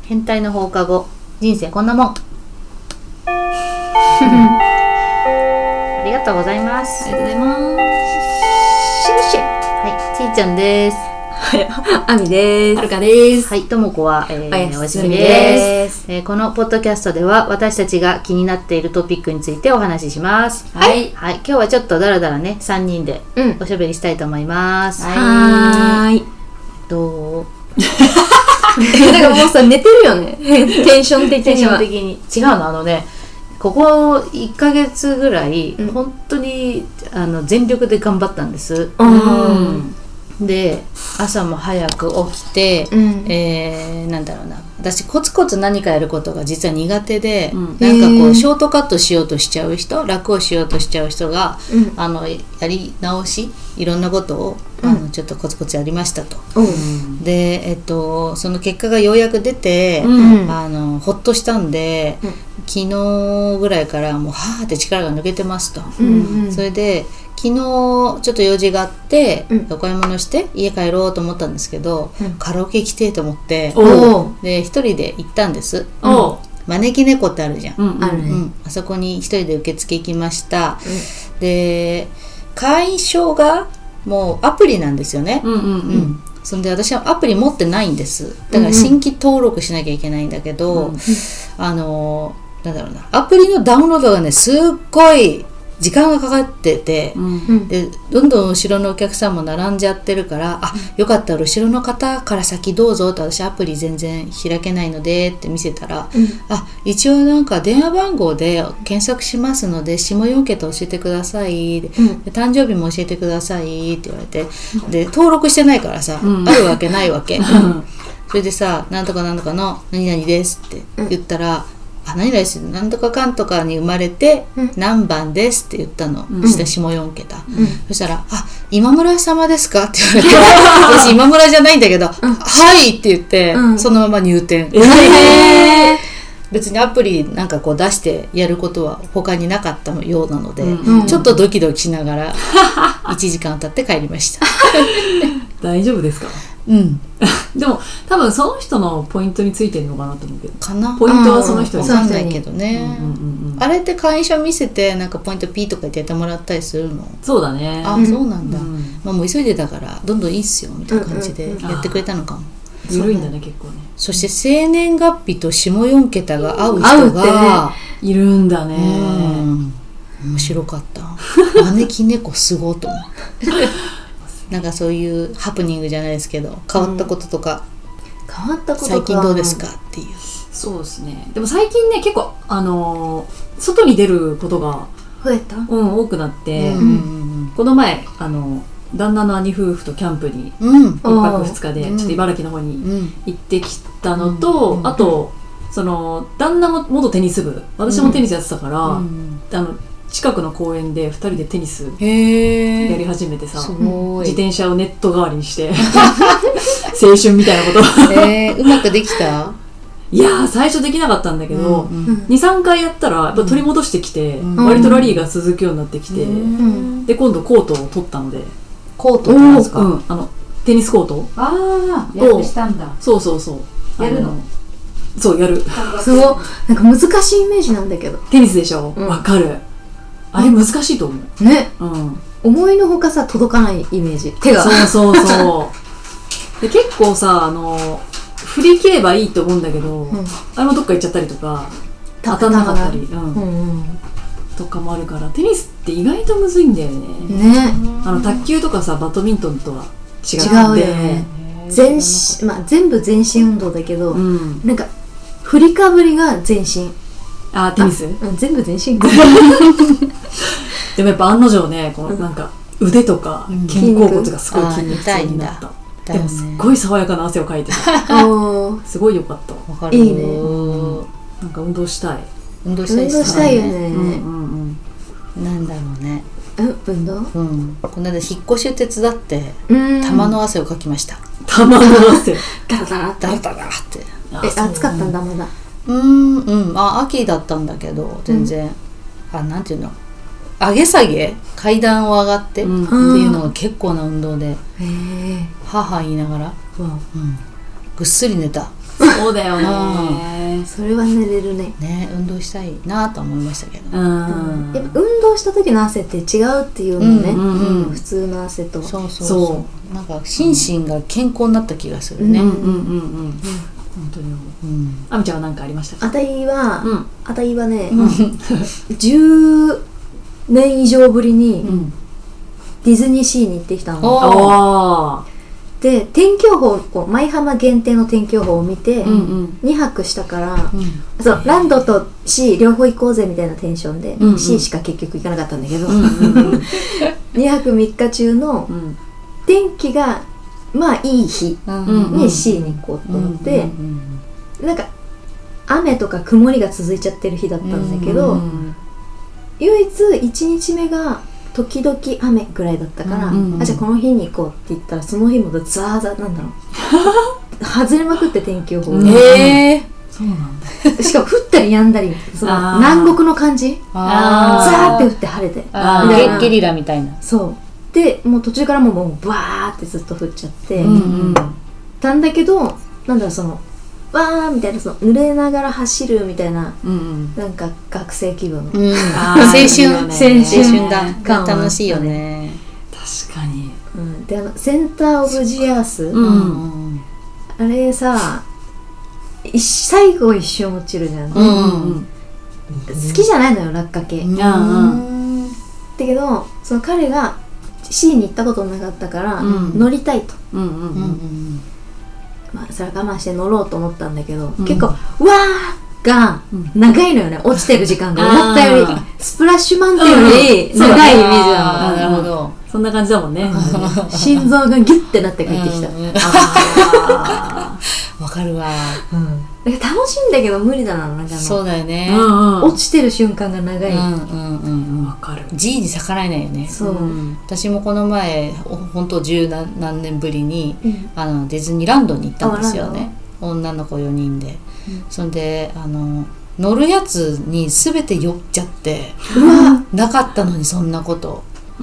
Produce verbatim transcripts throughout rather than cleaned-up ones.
変態の放課後、人生こんなもん。ありがとうございます。 ありがとうございます。 シュッシュ。はい、ちーちゃんです。 あみです。 はるかです。 はい、ともこは、えー、 おお休み休みでです、えー。このポッドキャストでは私たちが気になっているトピックについてお話しします。 はい。 はい、今日はちょっとだらだらねさんにんでおしゃべりしたいと思います。 うん、はーい。 どう？ なんかもうさ寝てるよね。テンション的には。 テンション的に違うのあのね。ここいっかげつぐらい、うん、本当にあの全力で頑張ったんです。うん、で朝も早く起きて、うん、えー、なんだろうな私コツコツ何かやることが実は苦手で、うん、なんかこうショートカットしようとしちゃう人楽をしようとしちゃう人が、うん、あのやり直しいろんなことを、うん、あのちょっとコツコツやりましたと、うん、で、えっと、その結果がようやく出て、うん、あのほっとしたんで、うん、昨日ぐらいからもうはーって力が抜けてますと、うんうん、それで昨日ちょっと用事があって、うん、お買い物して家帰ろうと思ったんですけど、うん、カラオケ行きてえと思ってで一人で行ったんです、うん、招き猫ってあるじゃん、うんうんうん、あそこに一人で受付行きました、うん、で会員証がもうアプリなんですよね、うんうんうんうん、そんで私はアプリ持ってないんですだから新規登録しなきゃいけないんだけど、うんうん、あのなんだろうなアプリのダウンロードがねすっごい時間がかかってて、うん、でどんどん後ろのお客さんも並んじゃってるからあよかったら後ろの方から先どうぞと私アプリ全然開けないのでって見せたら、うん、あ一応なんか電話番号で検索しますので下よん桁教えてください、うん、で誕生日も教えてくださいって言われてで登録してないからさ、うん、あるわけないわけそれでさなんとかなんとかの何々ですって言ったら、あ何々ですなんとかかんとかに生まれて、うん、何番ですって言ったの、うん、下下よん桁、うん、そしたらあ今村様ですかって言われて私今村じゃないんだけど、うん、はいって言って、うん、そのまま入店、えー、別にアプリなんかこう出してやることは他になかったようなので、うん、ちょっとドキドキしながらいちじかん経って帰りました大丈夫ですか？うんでも多分その人のポイントについてるのかなと思うけどかなポイントはその人に分かんないけどね、うんうんうん、あれって会員証見せてなんかポイント P とか言ってやってもらったりするの？ そうだねあ、うん、そうなんだ、うんまあ、もう急いでたからどんどんいいっすよみたいな感じでやってくれたのかも、 うんうん、緩いんだね結構ね。 そして生年月日と下よん桁が合う人がいるんだね、 うん、面白かった招き猫すごいと思ってなんかそういうハプニングじゃないですけど変わったこととか、 うん、変わったことか最近どうですかっていう。 そうですねでも最近ね結構あのー、外に出ることが増えた、 うん、多くなって、うん、この前あの旦那の兄夫婦とキャンプにいっぱくふつかで、うん、ちょっと茨城の方に行ってきたのと、うん、あとその旦那も元テニス部私もテニスやってたから、うん、あの近くの公園でふたりでテニスやり始めてさ自転車をネット代わりにして青春みたいなことえー、うまくできた？ いやー最初できなかったんだけど、うんうん、にさんかいやったらやっぱ取り戻してきて、うん、割とラリーが続くようになってきて、うん、で今度コートを取ったのでコートってなんですか？ うん、あのテニスコートああやるしたんだそうそうそうやるのそうやるすごいなんか難しいイメージなんだけどテニスでしょわ、うん、かるあれ難しいと思うね、うん、思いのほかさ届かないイメージ手がそうそうそうで結構さあの振り切ればいいと思うんだけど、うん、あれもどっか行っちゃったりとか当たんなかったり、うんうんうん、とかもあるからテニスって意外とむずいんだよね。 ねあの卓球とかさバドミントンとは違うんで違うよね全身、まあ、全部全身運動だけど、うん、なんか振りかぶりが全身あテニス、 うん、全部全身でもやっぱ案の定ねこのなんか腕とか肩甲骨がすごい筋肉痛になった、うん、でもすっごい爽やかな汗をかいてたすごい良かった。 わかるいいね、 うん、なんか運動したい運動したい、 運動したいよね、うんうんうん、なんだろうね運動、 うん、この間引っ越しを手伝って玉の汗をかきました。 玉の汗ダラダラダラダラってえ暑かったんだまだうんうんあ秋だったんだけど全然、うん、あなんていうの上げ下げ階段を上がって、うん、っていうのが結構な運動で、うん、はぁはぁ言いながら、うんうん、ぐっすり寝たそうだよね。 それは寝れるね。 ね、運動したいなと思いましたけど、 うん、 やっぱ運動した時の汗って違うっていうのね、 うんうんうん、 普通の汗と。 そうそうそう、なんか心身が健康になった気がするね。 うんうんうんうん、本当に思う。うん、あみちゃんは何かありましたか？ あたいは、うん、あたいはね、 うん、 じゅうねん以上ぶりにディズニーシーに行ってきたの。で天気予報、こう舞浜限定の天気予報を見て、うんうん、にはくしたから、うん、そうランドと C 両方行こうぜみたいなテンションで、うんうん、C しか結局行かなかったんだけど、うんうん、にはくみっか中の天気がまあいい日に C に行こうと思って、うんうんうん、なんか雨とか曇りが続いちゃってる日だったんだけど、うんうん、唯一いちにちめが時々雨ぐらいだったから、うんうん、あじゃあこの日に行こうって言ったら、その日もザーザーなんだろう外れまくって天気予報が、 えー、 そうなんだ。 しかも降ったりやんだり、その南国の感じ、あザーって降って晴れて、 あゲ, ゲリラみたいな。 そうでもう途中からもうもうバーってずっと降っちゃって、うんうん、たんだけど、なんだろう、そのわーみたいな、その濡れながら走るみたいな、うんうん、なんか学生気分、うん、 あ青春青春だ、楽しいよね。 確かに、 うん、であのセンターオブジアース、うんうん、あれさ最後一瞬落ちるじゃん、うんうんうん、好きじゃないのよ落下系、うんうん、だけどその彼が C に行ったことなかったから、うん、乗りたいと、うんうんうんうんまあ、それは我慢して乗ろうと思ったんだけど、うん、結構わーが長いのよね、落ちてる時間が思ったよりスプラッシュマウンテンより長いイメージなの。 なるほど、 そんな感じだもんね心臓がギュッてなって帰ってきた。 わかるわ、 うん、だから楽しいんだけど無理だな、なんかのそうだよね、 うんうん、落ちてる瞬間が長い、 うんうんうんうん、わかる。 G に逆らえないよね。 そう、うん、 私もこの前本当十何年ぶりに、うん、あのディズニーランドに行ったんですよね、女の子よにんで、うん、そんであの乗るやつに全て酔っちゃってなかったのに、そんなこと、 うん、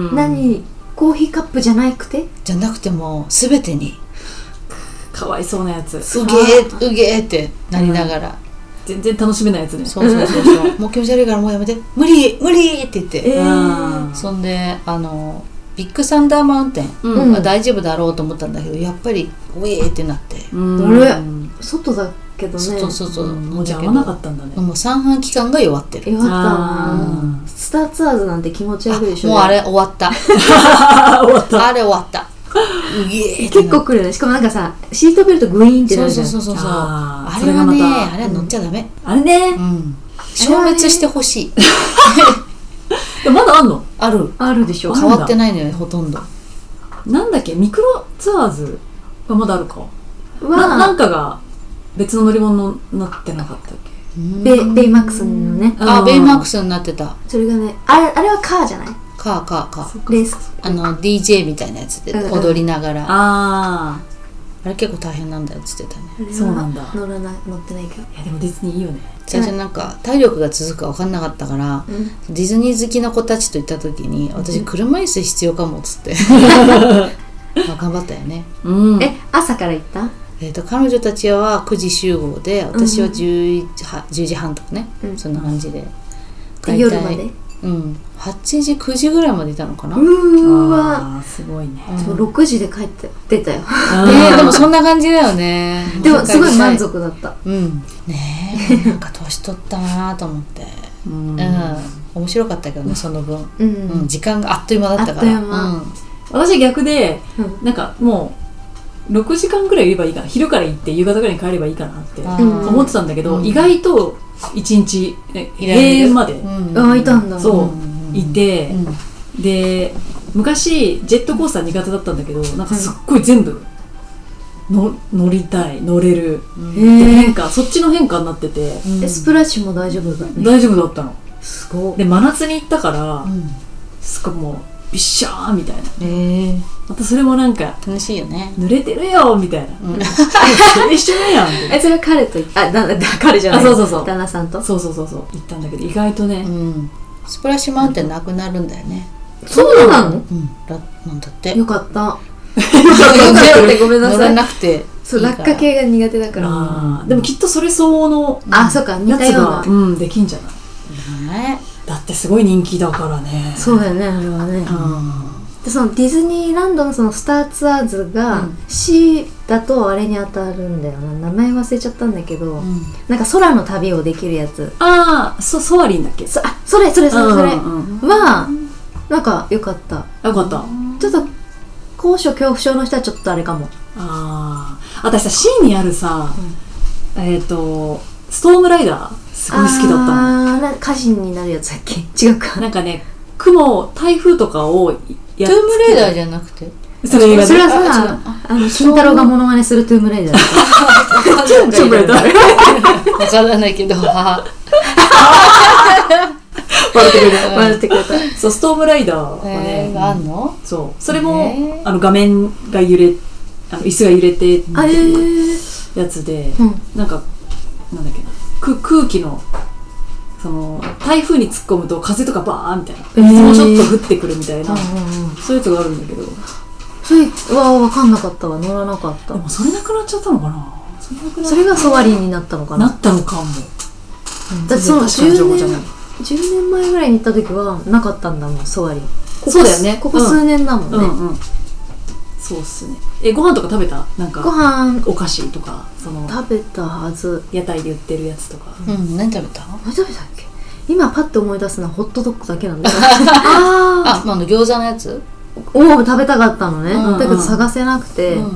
何コーヒーカップじゃなくてじゃなくても全てにかわいそうなやつ、 うげーうげーってなりながら、うん、 全然楽しめないやつね。 そうそうそうそうもう気持ち悪いからもうやめて、無理無理って言って、えー、そんであのビッグサンダーマウンテンは大丈夫だろうと思ったんだけど、うん、やっぱりウェーってなって、 うん、あれ外だけどね、 そうそうそう、うん、 もうじゃあ合わなかったんだね。 もう三半規管が弱ってる。 弱ったわ、うん、スターツアーズなんて気持ち悪いでしょ。 もうあれ終わった終わったあれ終わった結構来るね。しかもなんかさシートベルトグイーンってなるじゃん。 そうそうそうそう、あ, あれはね、あれは乗っちゃダメ、 うん、あれね、 うん、消滅してほしいまだあんの？ あるあるでしょ。 変わってないのよほとんど。 なんだっけ、ミクロツアーズがまだあるかな。なんかが別の乗り物になってなかったっけ？ ベ, ベイマックスのね、 あベイマックスになってた。 それがね、あれあれはカーじゃない？ カーカーカーレース、 あの ディージェー みたいなやつで踊りながら、うん、ああれ結構大変なんだよって言ってたね。 そうなんだ。 乗らな乗ってないけど。いやでもディズニーいいよね。 最初なんか体力が続くか分かんなかったから、うん、ディズニー好きの子たちと行った時に、私車椅子必要かもっつってまあ頑張ったよね、 うん、え朝から行った？ えー、と彼女たちはくじ集合で、私はじゅうじはんとかね、うん、そんな感じで帰りたい。夜まで？ うん、はちじくじぐらいまでいたのかな。 うーわすごいね、 うん、ろくじで帰って出たよね。でもそんな感じだよねでもすごい満足だった、 うん、ねえなんか年取ったなと思ってうん、うん、面白かったけどねその分、うんうん、時間があっという間だったから。うん、 私逆で、うん、なんかもうろくじかんぐらいいればいいかな、昼から行って夕方ぐらいに帰ればいいかなって思ってたんだけど、うん、意外といちにち閉園まで、 うん、あいたんだ。 そう、うん、いて、うん、で昔ジェットコースター苦手だったんだけど、なんかすっごい全部の乗りたい、乗れる、うん、変化、そっちの変化になってて、 うん、スプラッシュも大丈夫だね。 大丈夫だったの。 すごい。 で真夏に行ったから、うん、すごいもうビッシャーみたいな、えー、またそれもなんか楽しいよね。 濡れてるよみたいな、うん、一緒やんえそれは彼とあだだ彼じゃない、 あそうそうそう旦那さんとそうそうそうそう行ったんだけど、意外とね、うん、 スプラッシュマウンテンなくなるんだよね。 そうなの？ うん、だなんだって。 よかったよかったってごめんなさい。乗らなくてそう落下系が苦手だから。 あでもきっとそれ相応のあそうか似やつたようなが、うん、できんじゃない、 ね、 だってすごい人気だからね。 そうだよねあれはね、 うん、 でそのディズニーランドのそのスターツアーズが、うん、C だとあれに当たるんだよな、名前忘れちゃったんだけど、うん、なんか空の旅をできるやつ。 ああそソアリンだっけ。 そあそれそれそれそれ、 うんうん、 はなんか良かった。 よかった。 ちょっと高所恐怖症の人はちょっとあれかも。 ああ私さ C にあるさ、うん、えっ、ー、とストームライダーすごい好きだったの。 ああ火事になるやつだっけ。違うか。 なんかね雲台風とかをやっトゥームレイダーじゃなくてそれそれはさあの金太郎がモノマネするトゥームレイダーだったトゥームレイダー分からないけど笑ってくれた笑ってくれた。 そうストームライダーはね、 えー、あんの。 そうそれもあの画面が揺れあの椅子が揺れてっていうやつで、うん、なんかなんだっけなく空気のその台風に突っ込むと風とかバーンみたいな水もちょっと降ってくるみたいな、えー、そういうやつがあるんだけどそれは分かんなかったわ乗らなかった。 でもそれなくなっちゃったのかな。 それなくなそれがソワリンになったのかな。 なったのかも、 うん、だってそのじゅうねんまえぐらいに行った時はなかったんだもんソワリン。 そうだよねここ数年だもんね、うんうんうん、 そうっすね。えご飯とか食べたなんかご飯お菓子とかその食べたはず。 屋台で売ってるやつとか、 うん、何食べた何食べたっけ。今パッと思い出すのはホットドッグだけなんだよああ、あの餃子のやつを食べたかったのね、うんうん、だけど探せなくて、うんうんうん、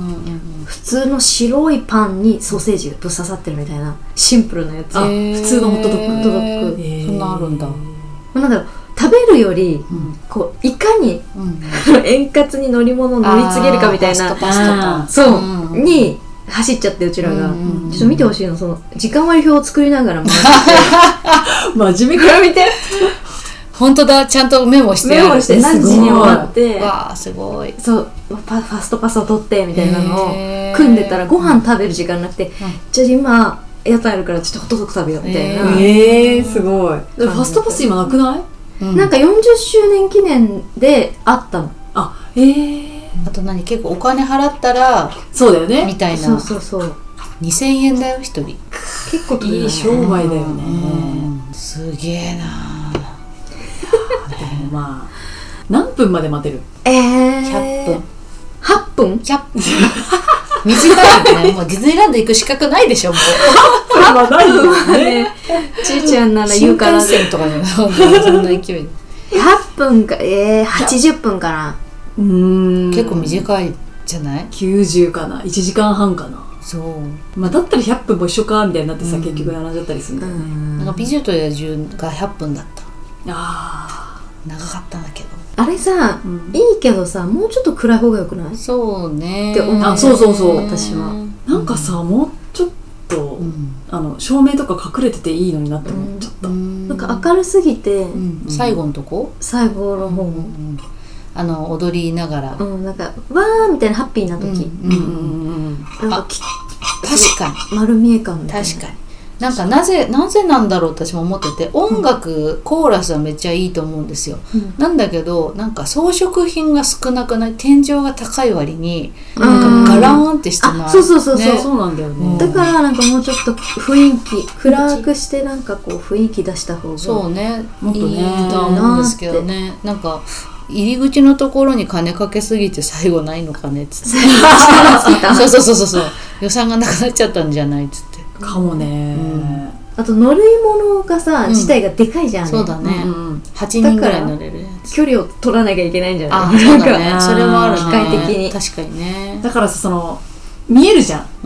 普通の白いパンにソーセージがぶっ刺さってるみたいなシンプルなやつ。 あ普通のホットドッグ。ホットドッグ、 えー、そんなあるんだ。 なんだろう食べるより、うん、こういかに、うん、円滑に乗り物を乗り継げるかみたいなパスタパスタそう、うんうん、に走っちゃってうちらが、うんうん、ちょっと見てほしいのその時間割表を作りながら回って真面目から見て本当だちゃんとメモしてメモして何時に終わってわあすごいそうファストパスを取ってみたいなのを組んでたらご飯食べる時間なくて、うん、じゃあ今屋台あるからちょっとホットドッグ食べようみたいな。 えー、すごい。ファストパス今なくない？ うん、なんかよんじゅっしゅうねん記念であったの。 あ、えー、 あと何結構お金払ったらそうだよねみたいな。 そうそうそうにせんえんだよ一人。 結構いい商売だよね、 うん、すげえなでもまあ何分まで待てる？ えー、 ひゃっぷんはっぷんひゃっぷん短いね。もうディズニーランド行く資格ないでしょもうまあないよねちーちゃんなら言うから新幹線とかねそんな勢いでひゃっぷんかえー、はちじゅっぷんかな。 うーん結構短いじゃない？ きゅうじゅうかないちじかんはんかな。 そうまあだったらひゃっぷんも一緒かみたいになってさ、うん、結局並んじゃったりするんだよね。 なんか美女と野獣がひゃっぷんだった。 あ長かったんだけどあれさ、うん、いいけどさもうちょっと暗い方がよくない？ そうねって思う。 あそうそうそう私はなんかさ、うん、もうちょっと、うん、あの照明とか隠れてていいのになって思っちゃった、うん、 なんか明るすぎて、 うん、最後のとこ最後の方、うんうんあの踊りながら、 うん、なんかわーみたいなハッピーな時、うんうんうんうん、なんかき確かに丸見え感みたいな。 確かになんかなぜなぜなんだろう私も思ってて音楽、うん、コーラスはめっちゃいいと思うんですよ、うん、なんだけどなんか装飾品が少なくない天井が高い割になんかガラーンってしてない、 うん、そうそうそうそう、 ね、そうなんだよね。 だからなんかもうちょっと雰囲気暗くしてなんかこう雰囲気出した方がそうねもっとねいいと思うんですけどね。なんか入り口のところに金かけすぎて最後ないのかねっつってそうそうそうそう予算がなくなっちゃったんじゃないっつってかもね、うん、 あと乗り物がさ、うん、自体がでかいじゃん、ね、 そうだね、うんうん、はちにんぐらい乗れるやつ距離を取らなきゃいけないんじゃない？ あそうだねそれもあるね機械的に確かにね。 だからさその見えるじゃん、うん、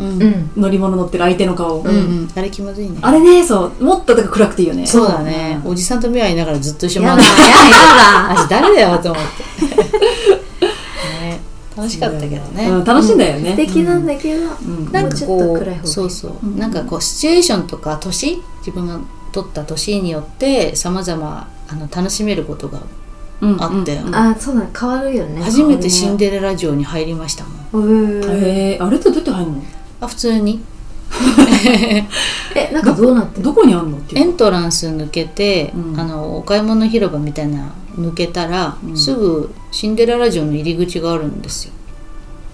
乗り物乗ってる相手の顔、 うんうん、あれ気まずいね。 あれねそうもっと暗くていいよね。 そうだね、うん、おじさんと目合いながらずっと一緒に回って私誰だよと思ってね、楽しかったけどね、 うん、楽しいんだよね、 うん、素敵なんだけど、 うん、なんかこうそうそう、うん、なんかこうシチュエーションとか年自分が取った年によってさまざま楽しめることがあって、うんうん、 あそうだね変わるよね。 初めてシンデレラ城に入りましたもん。 へえあれってどうやって入るの？ あ普通にえなんかどうなってどこにあんのっていうエントランス抜けて、うん、あのお買い物広場みたいな抜けたら、うん、すぐシンデレラ城の入り口があるんですよ。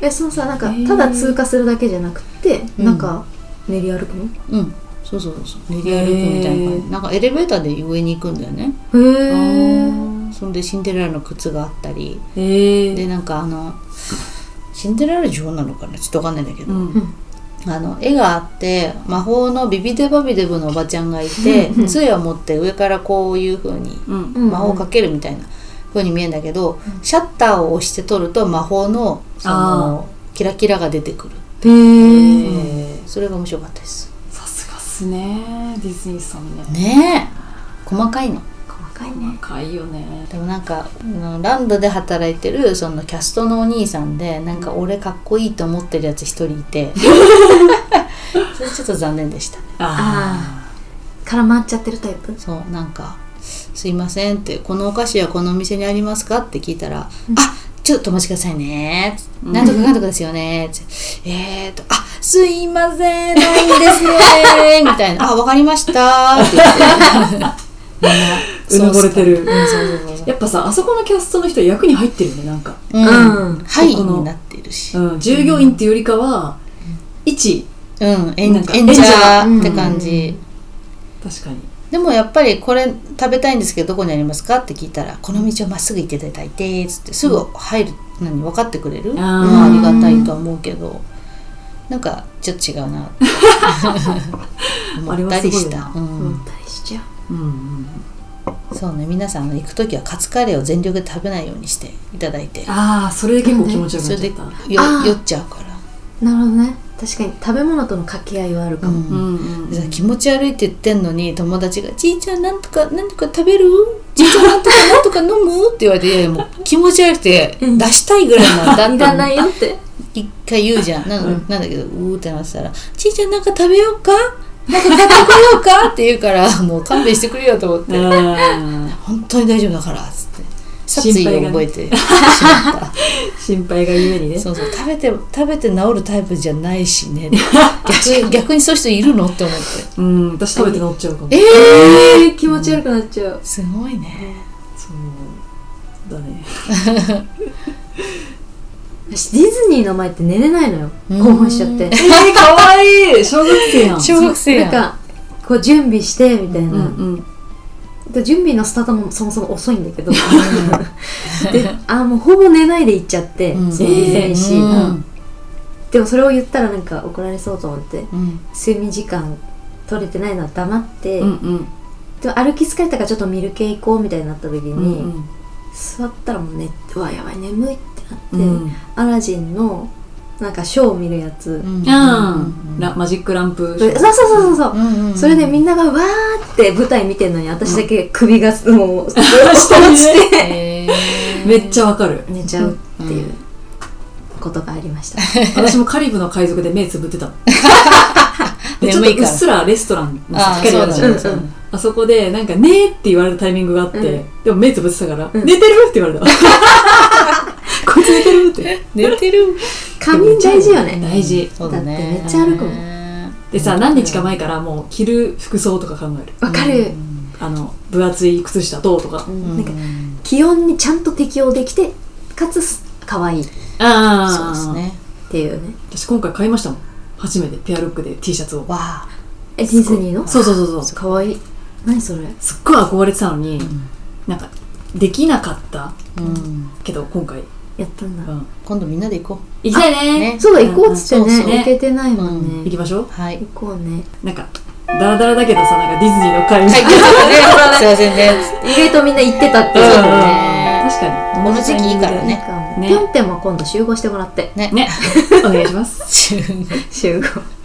えそのさなんかただ通過するだけじゃなくて、 うん、 なんか練り歩くの？ うんそうそうそう練り歩くみたいな感じ。なんかエレベーターで上に行くんだよね。 へえ。 そんでシンデレラの靴があったりへでなんかあのシンデレラ女王なのかなちょっとわかんないんだけど、 うん、 あの絵があって魔法のビビデバビデブのおばちゃんがいて杖を持って上からこういう風に魔法をかけるみたいな風に見えるんだけど、うん、シャッターを押して撮ると魔法のそのキラキラが出てくる。 へー、それが面白かったです。 さすがっすねディズニーさんね。 ねえ細かいの。 細かいね。 細かいよね。 でもなんかランドで働いてるそのキャストのお兄さんでなんか俺かっこいいと思ってるやつ一人いてそれちょっと残念でしたね。 ああ絡まっちゃってるタイプ。 そうなんかすいませんってこのお菓子はこのお店にありますかって聞いたら、うん、あちょっとお待ちくださいね、うん、なんとかなんとかですよねってえーとあすいませんないんですねみたいなあわかりましたって言ってみんなうぬぼれてる。やっぱさあそこのキャストの人役に入ってるねなんか、 うんうん、はいになってるし、 うん、従業員っていうよりかは、うん、一、 うん、演者って感じ、 うん、確かに。 でもやっぱりこれ食べたいんですけどどこにありますかって聞いたらこの道をまっすぐ行っていただいてつってすぐ入るのに分かってくれる、うん、まあ、ありがたいとは思うけどなんかちょっと違うなって思ったりした。 思ったりしちゃう、うんうん、 そうね皆さん行くときはカツカレーを全力で食べないようにしていただいて。 ああそれで結構気持ちよくなっちゃった。 それでよ酔っちゃうから。 なるほどね。確かに食べ物との掛け合いはあるかも、うんうんうん、気持ち悪いって言ってんのに友達が「ちいちゃんなんとかなんとか食べる？ちいちゃんなんとかなんとか飲む？」って言われて「いやいやもう気持ち悪くて出したいぐらいなんだ」っていらないよって一回言うじゃん。な ん,、うん、なんだけどうーってなってたら「ちいちゃんなんか食べようか？なんか買ってこようか?」って言うからもう勘弁してくれよと思って「本当に大丈夫だから」っつって殺意を覚えてしまった心配がゆえにね。 そうそう食べて食べて治るタイプじゃないしね逆, 逆にそういう人いるのって思って。 うん私食べて治っちゃうかも。 えー、気持ち悪くなっちゃう、うん、 すごいね。 そうだね私ディズニーの前って寝れないのよ興奮しちゃってえー、かわいい小学生やん小学生やん。 なんかこう準備してみたいな、 うんうんで準備のスタートもそもそも遅いんだけどであもうほぼ寝ないで行っちゃって、うん、そのディズニーシーが、うん、でもそれを言ったらなんか怒られそうと思って、うん、睡眠時間取れてないのは黙って、うんうん、でも歩き疲れたからちょっと見る系行こうみたいになった時に、うんうん、座ったらもう寝てうわやばい眠いってなって、うん、アラジンのなんかショーを見るやつ、うんうん、 マジックランプそうそうそうそう、うんうん、それでみんながわーって舞台見てるのに私だけ首がもう下落ちてめっちゃわかる寝ちゃうっていうことがありました私もカリブの海賊で目つぶってたでちょっとうっすらレストランの光があるじゃないですか。あそこでなんかねーって言われたタイミングがあって、うん、でも目つぶってたから、うん、寝てるって言われたこいつ寝てるって寝てる仮眠大事よね。 大事。 そうだね。 だってめっちゃ歩くもん。 でさ何日か前からもう着る服装とか考える。 わかる。 あの分厚い靴下どうとか、うん、 なんか気温にちゃんと適応できてかつ可愛い。 ああそうですね。 っていうね。 私今回買いましたもん。初めてペアルックで T シャツを。 わあ。 えディズニーの？ そうそうそうそう。 可愛い。何それ？ すっごい憧れてたのに、うん、なんかできなかった、うん、けど今回やったんだ、 うん、今度みんなで行こう。行きたい ね, ねそうだ行こうっつってね、うん、そうそう行けてないもんね、うん、 行きましょう。 はい行こうね。 なんかダラダラだけどさなんかディズニーの会みたいなすいませんね意外とみんな行ってたっていう、 うん、ね確かにこの時期いいからね。 ぴょんてんも今度集合してもらってねねお願いします集合集合